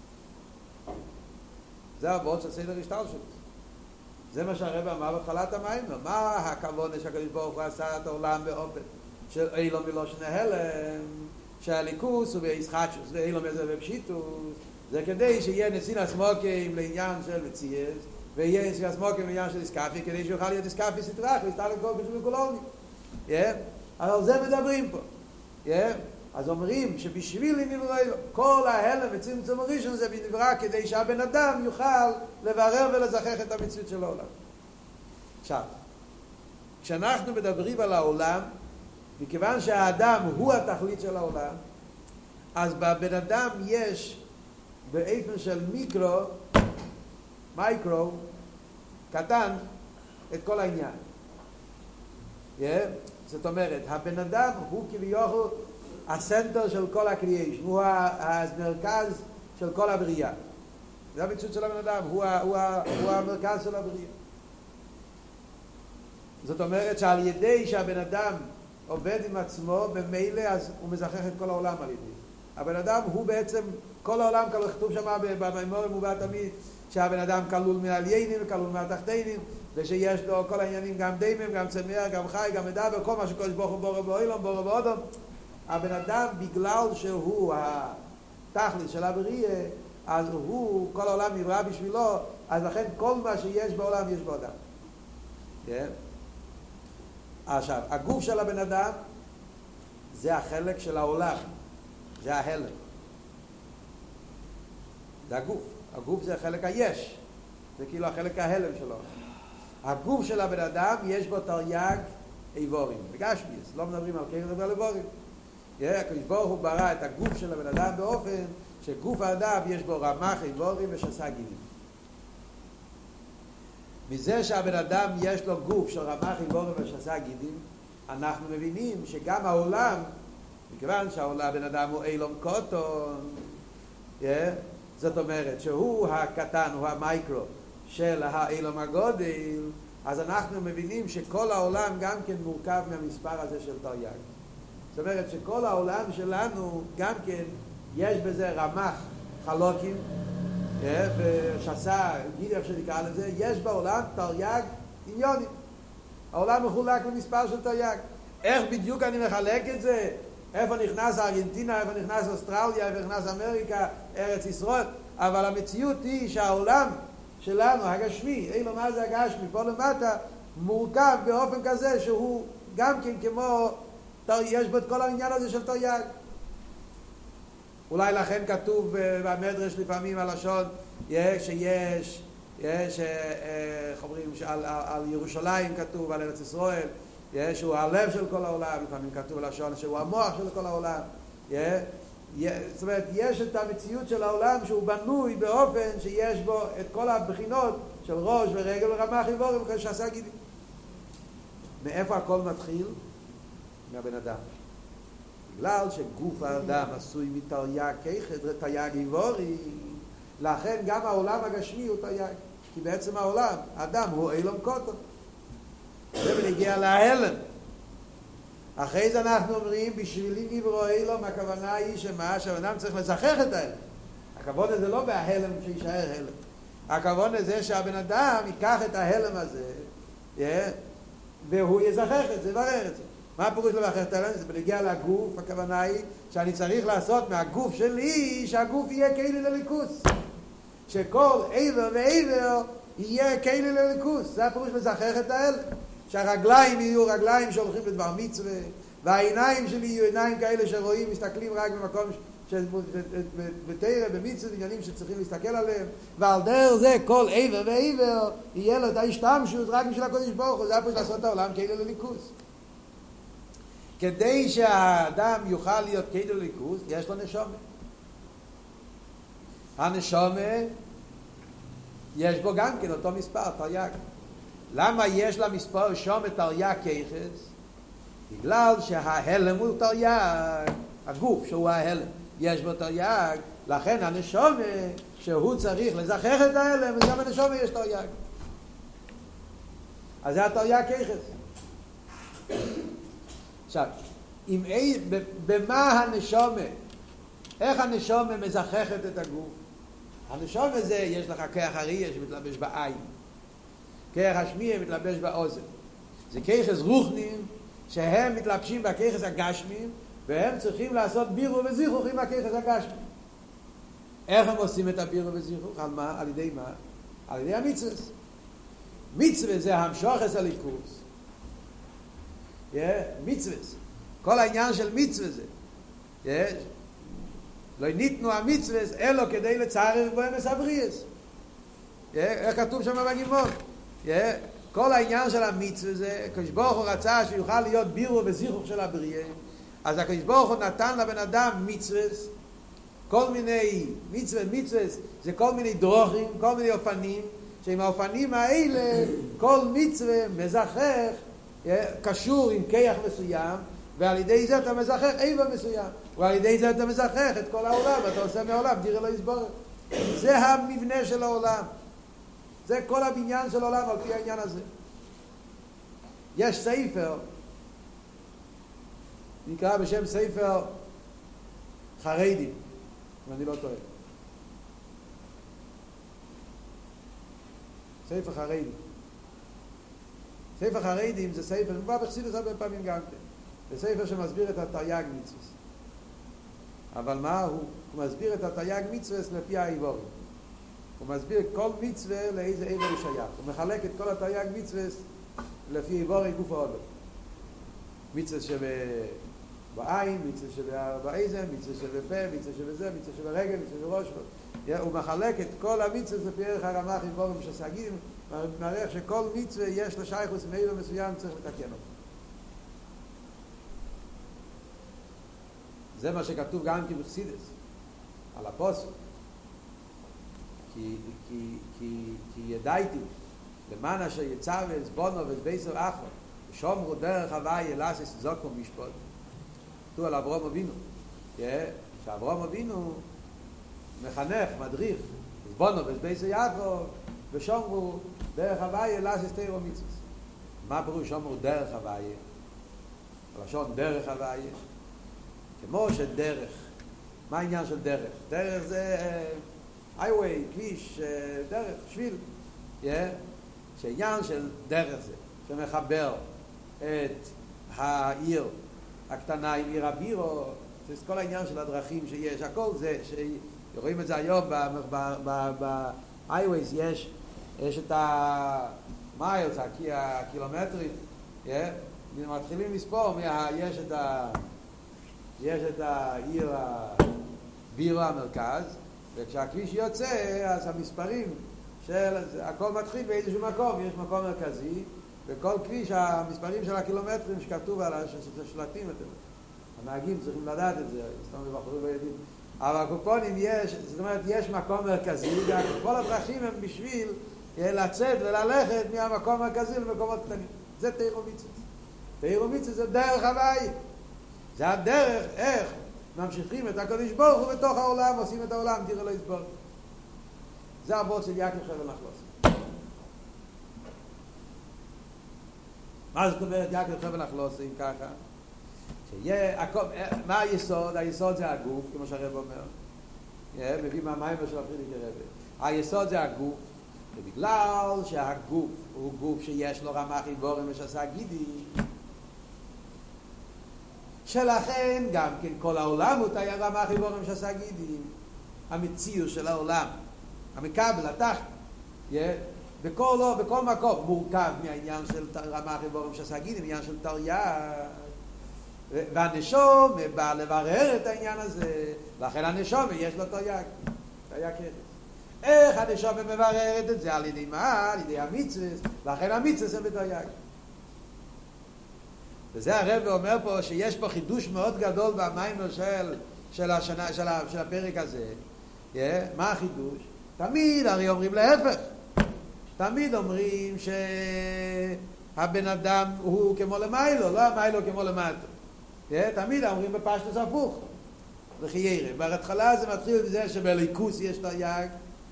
זה אבות של סדר השתלשלות. זה מה שהרב אמר בתחילת המים. מה הכוונה שהקדוש ברוך הוא עשה את העולם באופן של אילום מלושן ההלם, שהליכוס הוא בישחטשוס ואילום הזה בפשיטוס, זה כדי שיהיה נסין הסמוקים לעניין של מציאס, ויהיה נסין הסמוקים לעניין של איסקאפי, כדי שיוכל להיות איסקאפי סטרח ויסתלק כל בשביל כולוני. על זה מדברים פה. אז אומרים שבשביל נברא כל ההלם וצמצום הראשון זה נברא כדי שהבן אדם יוכל לברר ולזכח את המציאות של העולם. עכשיו, כשאנחנו מדברים על העולם, מכיוון שהאדם הוא התכלית של העולם, אז בבן אדם יש באופן של מייקרו, קטן, את כל העניין. זאת אומרת, הבן אדם הוא כביכול הסנטר של כל הקריאיישן, הוא המרכז של כל הבריאה. זה המציאות של הבן אדם, הוא המרכז של הבריאה. זאת אומרת שעל ידי שהבן אדם עובד עם עצמו, במילא אז הוא מזכח את כל העולם על ידי. הבן אדם הוא בעצם, כל העולם כתוב שם במאמר מובא תמיד, שהבן אדם כלול מהעליינים וכלול מהתחתינים, ושיש לו כל העניינים גם דיימים, גם צמח, גם חי, גם מדבר, כל מה שקודש ברוך הוא בורא באילום, בורא באודום. הבן אדם בגלל שהוא התכלית של הבריאה, אז הוא, כל העולם נברא בשבילו, אז לכן כל מה שיש בעולם יש בו אדם. כן? עכשיו, הגוף של הבן אדם זה החלק של העולם, זה ההלם. זה הגוף. הגוף זה החלק היש, זה כאילו החלק ההלם שלו. הגוף של הבן אדם יש בו תרי"ג איבורים, בגשמיס, לא מדברים על קרן אבל איבורים. הקדוש ברוך הוא ברא את הגוף של הבן אדם באופן שגוף האדם יש בו רמ"ח איבורים ושס"ה גידים. מזה שהבן אדם יש לו גוף של רמ"ח איבורים ושס"ה גידים, אנחנו מבינים שגם העולם, מכיוון שהבן אדם הוא אילום קוטון, זאת אומרת שהוא הקטן, הוא המייקרו של האילום הגודל, אז אנחנו מבינים שכל העולם גם כן מורכב מהמספר הזה של תרי"ג. זאת אומרת שכל העולם שלנו גם כן יש בזה רמ"ח חלוקים ושס"ה גידים, איך שנקרא לזה, יש בעולם תרי"ג עניונים. העולם מחולק למספר של תרי"ג. איך בדיוק אני מחלק את זה? איפה נכנס ארגנטינה, איפה נכנס אוסטרליה, איפה נכנס אמריקה, ארץ ישראל? אבל המציאות היא שהעולם שלנו, הגשמי, אילו מה זה הגשמי, פה למטה, מורכב באופן כזה שהוא גם כן כמו, יש בו את כל העניין הזה של תרי"ג. אולי לכן כתוב במדרש לפעמים הלשון, שיש, איך אומרים, על ירושלים כתוב, על ארץ ישראל, שהוא הלב של כל העולם, לפעמים כתוב לשון שהוא המוח של כל העולם. זאת אומרת, יש את המציאות של העולם שהוא בנוי באופן שיש בו את כל הבחינות של ראש ורגל ורמ"ח איבורים ושס"ה גידים. מאיפה הכל מתחיל? מהבן אדם. בגלל שגוף האדם עשוי מתרי"ג כיחד, תרי"ג איבורים, לכן גם העולם הגשמי הוא תרי"ג. כי בעצם העולם, האדם הוא אילום קוטון. זה בנגיע להלם. אחרי זה אנחנו אומרים, בשבילי נברא אילום, הכוונה היא שהאדם צריך לזכח את ההלם. הכוונה זה לא בהלם שישאר הלם. הכוונה זה שהבן אדם ייקח את ההלם הזה, והוא יזכח את זה, יברר את זה. מה הפירוש לבחר את ההלם? זה בנגיע לגוף, הכוונה היא שאני צריך לעשות מהגוף שלי, שהגוף יהיה כאילו לליכוס. שכל עבר ועבר יהיה כאילו לליכוס. זה הפירוש לזכח את ההלם. שהרגליים יהיו רגליים שהולכים לדבר מצווה, והעיניים שלי יהיו עיניים כאלה שרואים, מסתכלים רק במקום בתורה, במצווה, עניינים שצריכים להסתכל עליהם, ועל דרך זה כל עבר ועבר יהיה לו את ההשתמשות רק בשביל הקודש ברוך הוא. זה הפירוש לעשות את העולם כאילו לליכוס. כדי שהאדם יוכל להיות כאילו לליכוס, יש לו נשמה. הנשמה יש בו גם כן אותו מספר, תרי"ג. למה יש לה מספר שום תרי"ג כיחס? בגלל שההלם הוא תרי"ג, הגוף שהוא ההלם יש בו תרי"ג, לכן הנשמה שהוא צריך לזכח את ההלם, וגם הנשמה יש תרי"ג. אז זה התרי"ג כיחס. עכשיו, במה הנשמה, איך הנשמה מזכחת את הגוף? הנשמה זה, יש לך כוח הראייה שמתלבש בעין, כוח השמיעה מתלבש באוזן. זה כיחס רוחניים שהם מתלבשים בכיחס הגשמיים, והם צריכים לעשות בירו וזיכוך עם הכיחס הגשמי. איך הם עושים את הבירו וזיכוך? על מה? על ידי מה? על ידי המצווה. מצווה זה המשוחס הליכוס. מצווה. כל העניין של מצווה זה. לא ניתנו המצווה אלו כדי לצערר בהם הסבריאס. איך כתוב שם בגימון? כל העניין של המצווה זה, הקדוש ברוך הוא רצה שיוכל להיות בירו וזיכוך של הבריאה, אז הקדוש ברוך הוא נתן לבן אדם מצווה, כל מיני מצווה זה כל מיני דרוכים, כל מיני אופנים, שעם האופנים האלה כל מצווה מזכח, קשור עם כיח מסוים, ועל ידי זה אתה מזכח איבר מסוים, ועל ידי זה אתה מזכח את כל העולם, אתה עושה מהעולם דירה לא יסבור. זה המבנה של העולם, זה כל הבניין של העולם על פי העניין הזה. יש ספר נקרא בשם ספר חרדים, אם אני לא טועה. ספר חרדים. ספר חרדים זה ספר, מבוא בחסידות הרבה פעמים גם כן. זה ספר שמסביר את התרי"ג מצוות. אבל מה הוא? הוא מסביר את התרי"ג מצוות לפי האיבורים. הוא מסביר כל מצווה לאיזה איבר הוא שייך. הוא מחלק את כל התרי"ג מצוות לפי איבורי גוף העולם. מצווה שבעין, מצווה שבאיזם, מצווה שבפה, מצווה שבזה, מצווה שברגל, מצווה שבראש. הוא מחלק את כל המצוות לפי ערך הרמ"ח איבורים שסגידים, מערך שכל מצווה יש לו שייכות מאיבר מסוים, צריך לתקן אותו. זה מה שכתוב גם כי בחסידות, על הפוסק. כי ידעתי למען אשר יצא ועזבונו ועזבייסו אחו ושומרו דרך הוואי אלאסיס זוקו משפט. כתוב על אברהם אבינו, שאברהם אבינו מחנך, מדריך, עזבונו ועזבייסו יעקב ושומרו דרך הוואי אלאסיס תירו מצווה. מה פירוש שומרו דרך הוואי? הלשון דרך הוואי, כמו שדרך, מה העניין של דרך? דרך זה היווי, כביש, דרך, שביל, שעניין של דרך זה, שמחבר את העיר הקטנה עם עיר הבירו, זה כל העניין של הדרכים שיש, הכל זה, שרואים את זה היום בהייווייז, יש את המיילס, הקילומטרים, מתחילים לספור, יש את העיר הבירו המרכז, וכשהכביש יוצא, אז המספרים של הכל מתחיל באיזשהו מקום, יש מקום מרכזי, וכל כביש המספרים של הקילומטרים שכתוב על השלטים, הנהגים צריכים לדעת את זה, סתם ובחורים וידים. אבל הקופונים יש, זאת אומרת, יש מקום מרכזי, וכל הדרכים הם בשביל לצאת וללכת מהמקום המרכזי למקומות קטנים. זה תירו מצוות. תירו מצוות זה דרך הוואי. זה הדרך איך ממשיכים את הקדוש ברוך הוא בתוך העולם, עושים את העולם, תראה לא יסבור. זה הבוט של יעקב חבל נחלוס. מה זאת אומרת יעקב חבל נחלוס, אם ככה? מה היסוד? היסוד זה הגוף, כמו שהרב אומר. מביא מהמים של הפרידיק הרב. היסוד זה הגוף, ובגלל שהגוף הוא גוף שיש לו רמ"ח איבורים ושס"ה גידים, שלכן גם כן כל העולם הוא תהיה רמ"ח איבורים שס"ה גידים. המציאות של העולם, המקבל, התחת, בכל מקום מורכב מהעניין של רמ"ח איבורים שס"ה גידים, עניין של תרי"ג. והנשום בא לברר את העניין הזה, לכן הנשום יש לו תרי"ג, תרי"ג כרס. איך הנשום מבררת את זה? על ידי מה? על ידי המצוות, לכן המצוות זה בתרי"ג. וזה הרב אומר פה שיש פה חידוש מאוד גדול במיימר של הפרק הזה. מה החידוש? תמיד הרי אומרים להפך. תמיד אומרים שהבן אדם הוא כמו למיילו, לא המיילו כמו למטו. תמיד אומרים בפשטוס הפוך. לחיירה. בהתחלה זה מתחיל בזה שבליכוס יש תרי"ג.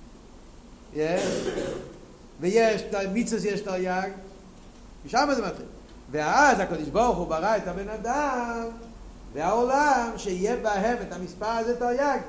ויש מצוות יש תרי"ג. ושם זה מתחיל. ואז הקדוש ברוך הוא ברא את הבן אדם והעולם שיהיה בהם את המספר הזה תרי"ג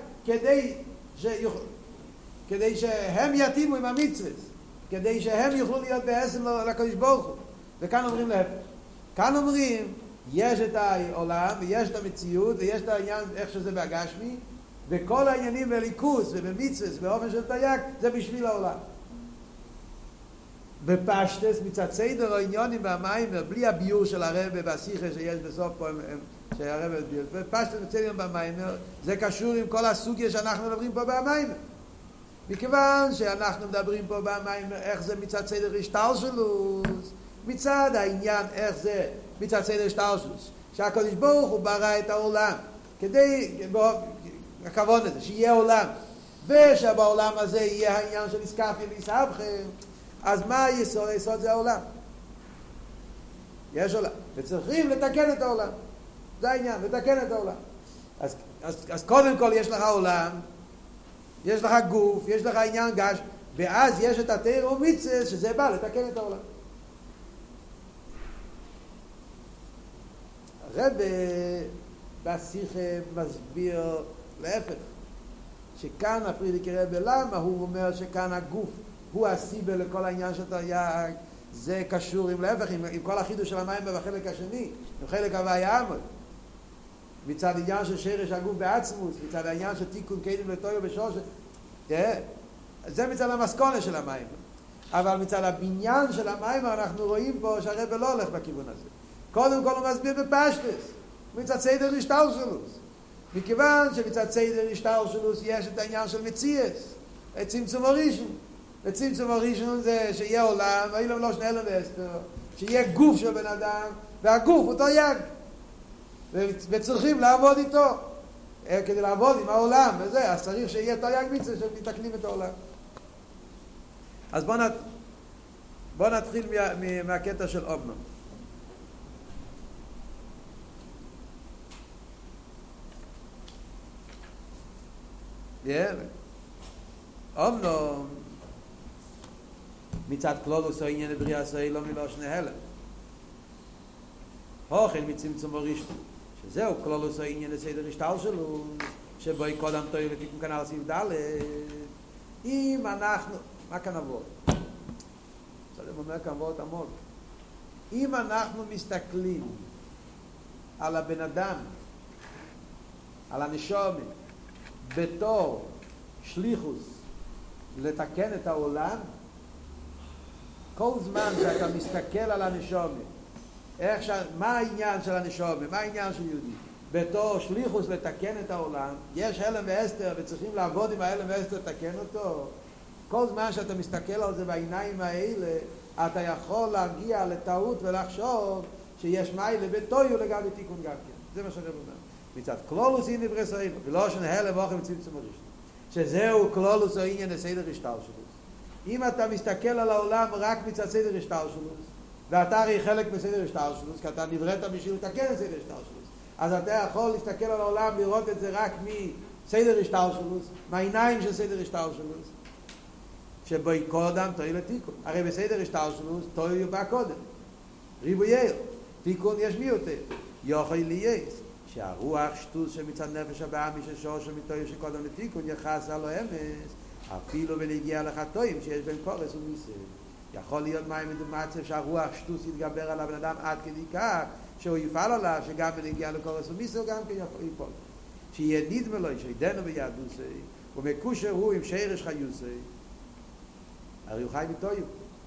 כדי שהם יתאימו עם המצוות, כדי שהם יוכלו להיות בעצם לקדוש ברוך הוא. וכאן אומרים להפך. כאן אומרים יש את העולם ויש את המציאות ויש את העניין איך שזה בהגשמי, וכל העניינים בליכוס ובמצוות באופן של תרי"ג זה בשביל העולם. בפשטס מצד סדר העניונים והמים בלי הביור של הרב והשיחה שיש בסוף פה שהרב הסביר. בפשטס מצד עניון במים זה קשור עם כל הסוגיה שאנחנו מדברים פה במים, מכיוון שאנחנו מדברים פה במים איך זה מצד סדר השתלשלות, מצד העניין איך זה מצד סדר השתלשלות שהקדוש ברוך הוא ברא את העולם כדי הכוון הזה שיהיה עולם, ושבעולם הזה יהיה העניין של איסקאפי ואיסהבכם. אז מה היסוד? היסוד זה העולם. יש עולם. וצריכים לתקן את העולם. זה העניין, לתקן את העולם. אז קודם כל יש לך עולם, יש לך גוף, יש לך עניין גש, ואז יש את התורה ומצוות שזה בא לתקן את העולם. הרב בשיחה מסביר להפך. שכאן הפרידיק רבי למה הוא אומר שכאן הגוף הוא הסיבה לכל העניין של תרי"ג, זה קשור עם להפך, עם כל החידוש של המים בחלק השני, עם חלק הוויה עמוד. מצד העניין של שרש הגוף בעצמוס, מצד העניין של תיקון קדם לטויו בשורש, זה מצד המסכונה של המים. אבל מצד הבניין של המים אנחנו רואים פה שהרב לא הולך בכיוון הזה. קודם כל הוא מסביר בפשטס, מצד סדר השתלשלוס. מכיוון שמצד סדר השתלשלוס יש את העניין של מציאס, את צמצום הראשון. וצמצום הראשון זה שיהיה עולם, ואילו לא שני אלם ואסתר, שיהיה גוף של בן אדם, והגוף הוא תרי"ג. וצריכים לעבוד איתו. כדי לעבוד עם העולם, וזה, אז צריך שיהיה תרי"ג מצווה שמתקנים את העולם. אז בוא נתחיל מהקטע של אומנום. אומנום מצד כלולוס העניין בריאה ישראל לא מלושן הלם. הוכן מצמצום הראשון, שזהו כלולוס העניין לסדר השתלשלות, שבו קודם תויו לתיקון כנ"ל סעיף ד'. אם אנחנו, מה כאן עבוד? צלם אומר כאן עבוד עמוד. אם אנחנו מסתכלים על הבן אדם, על הנשומי, בתור שליחוס לתקן את העולם, כל זמן שאתה מסתכל על הנשומי, מה העניין של הנשומי, מה העניין של יהודי? בתור שליחוס לתקן את העולם, יש הלם ואסתר וצריכים לעבוד עם ההלם ואסתר לתקן אותו. כל זמן שאתה מסתכל על זה בעיניים האלה, אתה יכול להגיע לטעות ולחשוב שיש מיילה בתויו לגבי תיקון גם כן. זה מה שאני אומר. מצד כלולוס אין נברא ישראל, בלושן הלם ואוכל וצמצום הראשון. שזהו כלולוס או עניין לסדר השתלשלות. אם אתה מסתכל על העולם רק מצד סדר השתלשלות, ואתה הרי חלק מסדר השתלשלות, כי אתה נבראת בשביל לתקן את סדר השתלשלות, אז אתה יכול להסתכל על העולם, לראות את זה רק מסדר השתלשלות, מהעיניים של סדר השתלשלות, שבו קודם תויו לתיקון. הרי בסדר השתלשלות תויו בא קודם. ריבויי, תיקון יש מי יותר. יכול להיות שהרוח שטוס שמצד נפש הבאה מששור שמתויו שקודם לתיקון יחס על האמס, אפילו ולהגיע לחטואים שיש בין קורס ומיסר. יכול להיות מים מדומצב שהרוח שטוס יתגבר על הבן אדם עד כדי כך שהוא יפעל עליו, שגם ולהגיע לקורס ומיסר גם כן יפעל. שיהיה נדמה לו שידנו ביהדוסי ומקושר הוא עם שרש חיוסי, הרי הוא חי בתויו.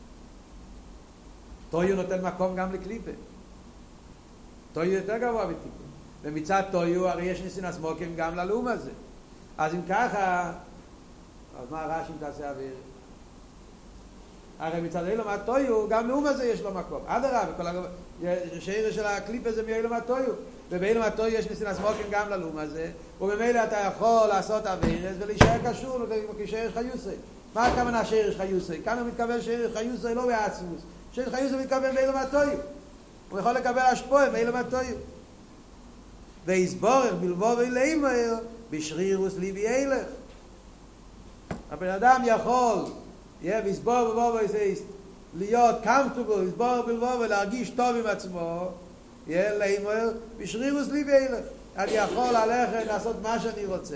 תויו נותן מקום גם לקליפה. תויו יותר גבוה בתיקון. ומצד תויו הרי יש ניסין סמוקים גם ללאום הזה. אז אם ככה, אז מה רש"י תעשה אוויר? הרי מצד אילום התויו, גם לאום הזה יש לו מקום. אדרבה, השאיר של הקליפה זה מאילום התויו. ובאילום התויו יש ניסין סמוקים גם ללאום הזה. ובמילא אתה יכול לעשות אוויר ולהישאר קשור כשאיר חיוסי. מה הכוונה שרש חיוסי? כאן הוא מתכוון שרש חיוסי לא בעצמוס. שרש חיוסי מתכוון באילום התויו. הוא יכול לקבל השפועה באילום התויו. ויסבורך בלבוא ולאמר בשרירוס ליבי הילך. הבן אדם יכול ויסבור בלבוא להיות comfortable, ויסבור בלבוא ולהרגיש טוב עם עצמו, לאמר בשרירוס ליבי הילך. אני יכול ללכת לעשות מה שאני רוצה.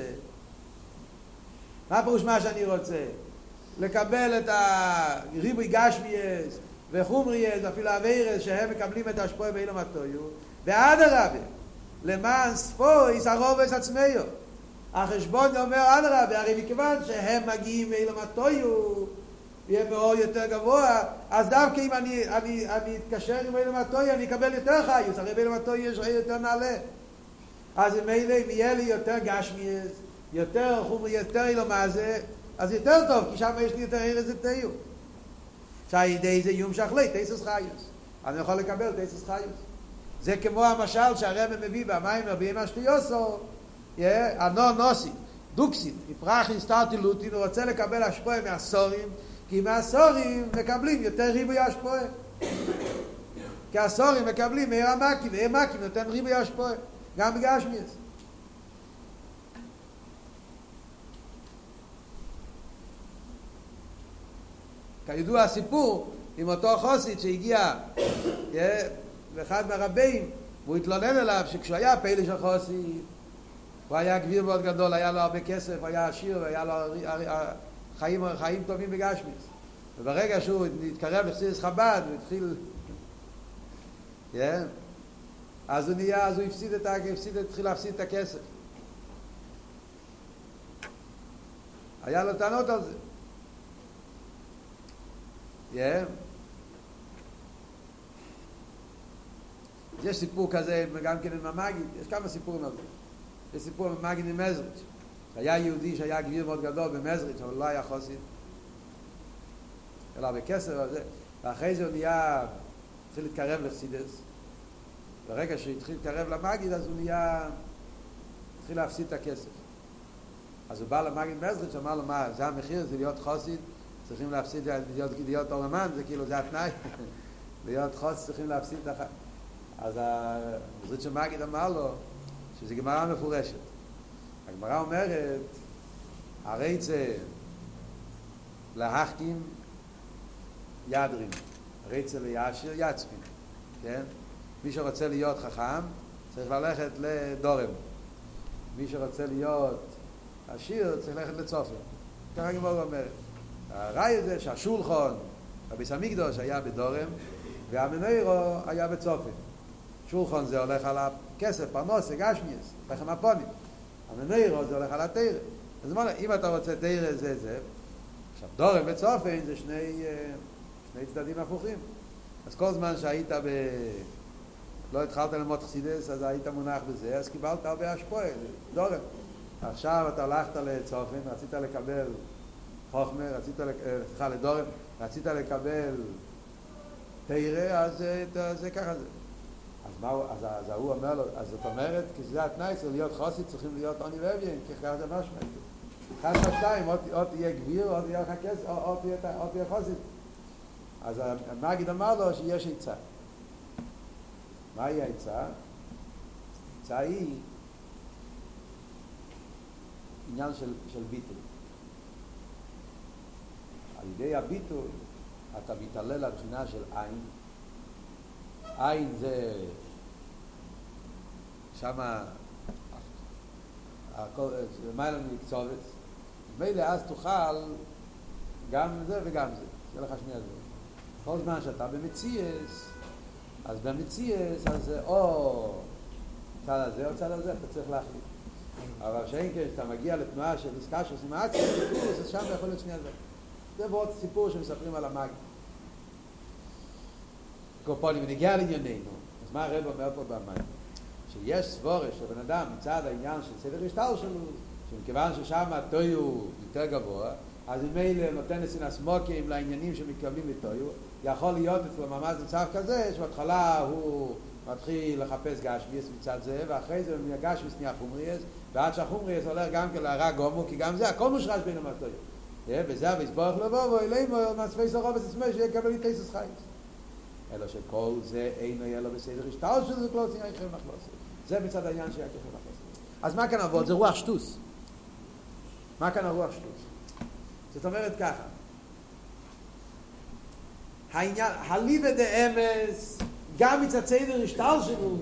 מה פירוש מה שאני רוצה? לקבל את הריבוי גשמייס וחומרייס ואפילו אווירס שהם מקבלים את השפועה באילום התויו, ואדרבה למען ספויס הרובס עצמיו. החשבון אומר אדרבה, הרי מכיוון שהם מגיעים באילום התויו יהיה באור יותר גבוה, אז דווקא אם אני אתקשר עם באילום התויו אני אקבל יותר חיוס, הרי באילום התויו יש יותר נעלה. אז אם יהיה לי יותר גשמייס, יותר חומרי, יותר אילו מה זה, אז יותר טוב, כי שם יש לי יותר ארז ותיו. שהידי זה יום שחלי, תסס חיוס. אני יכול לקבל תסס חיוס. זה כמו המשל שהרב מביא במיימר בימי השתיוסו, הנור נוסי, דוקסית, יפרחין סטארטי לוטין, הוא רוצה לקבל השפועה מהסורים, כי מהסורים מקבלים יותר ריבוי השפועה. כי הסורים מקבלים מהר המקים, והר מקים נותן ריבוי השפועה, גם בגשמיאס. כידוע הסיפור עם אותו חוסית שהגיע לאחד מהרבים, והוא התלונן אליו שכשהוא היה פלא של חוסית, הוא היה גביר מאוד גדול, היה לו הרבה כסף, היה עשיר, והיה לו חיים טובים בגשמיס. וברגע שהוא התקרב לחסידות חב"ד, הוא התחיל... כן? אז הוא נהיה, אז הוא התחיל להפסיד את הכסף. היה לו טענות על זה. כן? יש סיפור כזה גם כן עם המגיד, יש כמה סיפורים על זה. יש סיפור עם המגיד ממזריץ'. היה יהודי שהיה גביר מאוד גדול במזריץ', אבל לא היה חסיד. אלא בכסף וזה. ואחרי זה הוא נהיה, התחיל להתקרב לחסידס. ברגע שהוא התחיל להתקרב למגיד, אז הוא נהיה, התחיל להפסיד את הכסף. אז הוא בא למגיד ממזריץ', אמר לו, מה, זה המחיר, זה להיות חסיד, צריכים להפסיד, להיות אורמן, זה כאילו, זה התנאי. להיות חסיד צריכים להפסיד את החיים. אז המזריץ' של מגיד אמר לו, שזה גמרא מפורשת. הגמרא אומרת, הרי זה להחכים ידרים, הרי זה לישיר יצפין, כן? מי שרוצה להיות חכם צריך ללכת לדורם. מי שרוצה להיות עשיר צריך ללכת לצופן. ככה הגמרא אומרת. הראי זה שהשולחן, הביס המקדוש היה בדורם, והמנוירו היה בצופן. שולחן זה הולך על הכסף, פרנוס, גשמיאס, לחם הפונים. המנוירו זה הולך על התירה. אז אם אתה רוצה תירה זה. עכשיו דורם וצופן זה שני צדדים הפוכים. אז כל זמן שהיית לא התחלת ללמוד חסידס, אז היית מונח בזה, אז קיבלת הרבה השפועה, דורם. עכשיו אתה הלכת לצופן, רצית לקבל חוכמה, לדורם, רצית לקבל תירה, אז זה ככה זה. אז הוא אומר לו, אז זאת אומרת, כי זה התנאי, צריך להיות חסיד, צריכים להיות עוני ואביין, כי ככה זה משמע. אחד מהשתיים, או תהיה גביר, או תהיה לך כסף, או תהיה חסיד. אז המגיד אמר לו שיש עצה. מהי העצה? העצה היא עניין של ביטול. על ידי הביטול אתה מתעלה לבחינה של עין. עין זה שמה למעלה מקצובץ. מילא אז תוכל גם זה וגם זה. זה לך שני הדברים. כל זמן שאתה במציאס, אז במציאס, אז זה או צד הזה או צד הזה, אתה צריך להחליט. אבל שאין כן, שאתה מגיע לתנועה של עסקה של סימאציה, אז שם יכול להיות שני הדברים. זה בעוד סיפור שמספרים על המגיד. קופולים, ונגיע לענייננו. אז מה הרב אומר פה במים? שיש סבורה של בן אדם מצד העניין של סדר השטר שלו, שמכיוון ששם התויו יותר גבוה, אז ממילא נותן סינס מוקים לעניינים שמתקבלים לתויו, יכול להיות אצלו ממש מצב כזה, שבהתחלה הוא מתחיל לחפש גשמיאס מצד זה, ואחרי זה מהגשמיאס נהיה חומריאס, ועד שהחומריאס הולך גם כן להרע גומו, כי גם זה הכל מושרש בין המתויו. וזה ויסבורך לבוא, ואלימו מצפי סורוב עצמי שיקבל לי תייסס חייס. אלא שכל זה אינו יהיה לו בסדר השטר שזה כלול ציניה יחם מחלוסת. זה מצד העניין שהיה כחם מחלוסת. אז מה כאן עבוד? זה רוח שטוס. מה כאן הרוח שטוס? זאת אומרת ככה. העניין, הליבה דאמס, גם מצד סדר השטר שלו,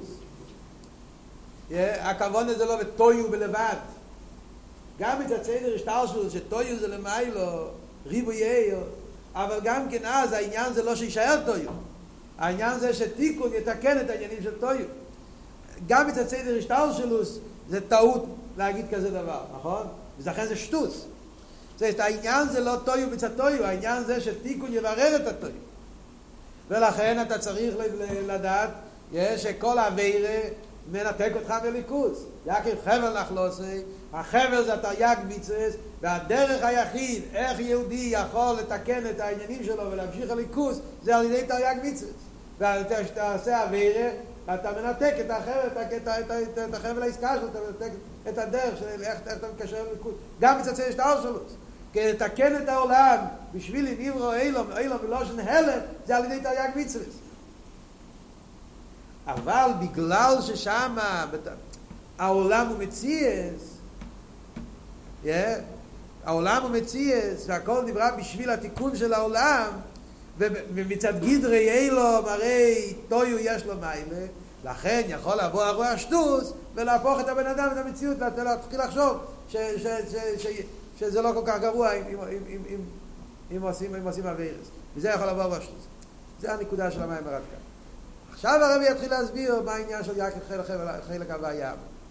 הכוון הזה לא בתויו בלבד. גם מצד סדר השטר שלו, שתויו זה למיילו, ריבו יאיר, אבל גם כן אז העניין זה לא שישאר תויו. העניין זה שתיקון יתקן את העניינים של תויו. גם מצד סדר השטר שלו זה טעות להגיד כזה דבר, נכון? ולכן זה שטוס. זאת אומרת, העניין זה לא תויו מצד תויו, העניין זה שתיקון יברר את התויו. ולכן אתה צריך לדעת שכל העבירה מנתק אותך מליכוז. יקב חבל נחלוסי, החבל זה תרי"ג מצוות, והדרך היחיד איך יהודי יכול לתקן את העניינים שלו ולהמשיך הליכוז זה על ידי תרי"ג מצוות. ואתה עושה עבירה, אתה מנתק את החבל, את החבל העסקה שלו, אתה מנתק את הדרך של איך אתה מקשר לליכוז. גם מצד זה יש את האורסולוס. כדי לתקן את העולם בשביל אם יברו אילום ולושן הלם, זה על ידי תרי"ג מצוות. אבל בגלל ששם העולם הוא מציאס, העולם הוא מציאס, והכל נברא בשביל התיקון של העולם, ומצד גדרי אילום הרי תויו יש לו מיילה, לכן יכול לבוא הרוע השטוס ולהפוך את הבן אדם, את המציאות, להתחיל לחשוב שזה לא כל כך גרוע אם עושים אבירס. וזה יכול לבוא הרוע השטוס. זה הנקודה של המים הרב כאן. עכשיו הרב יתחיל להסביר מה העניין של יקר חלק הוויה.